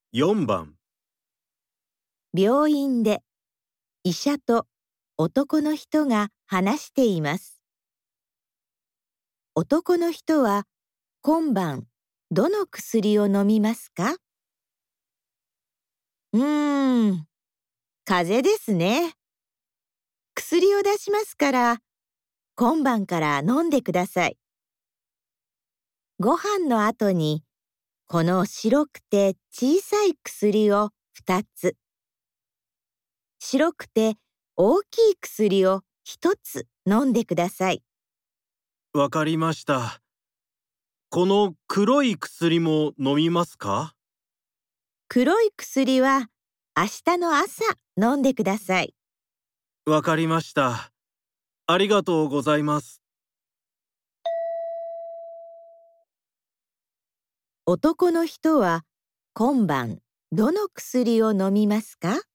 4番、 病院で医者と男の人が話しています。男の人は今晩どの薬を飲みますか？風邪ですね。薬を出しますから、今晩から飲んでください。ご飯の後に、この白くて小さい薬を2つ、白くて大きい薬を1つ飲んでください。 わかりました。この黒い薬も飲みますか？ 黒い薬は明日の朝飲んでください。 わかりました。ありがとうございます。 男の人は今晩どの薬を飲みますか？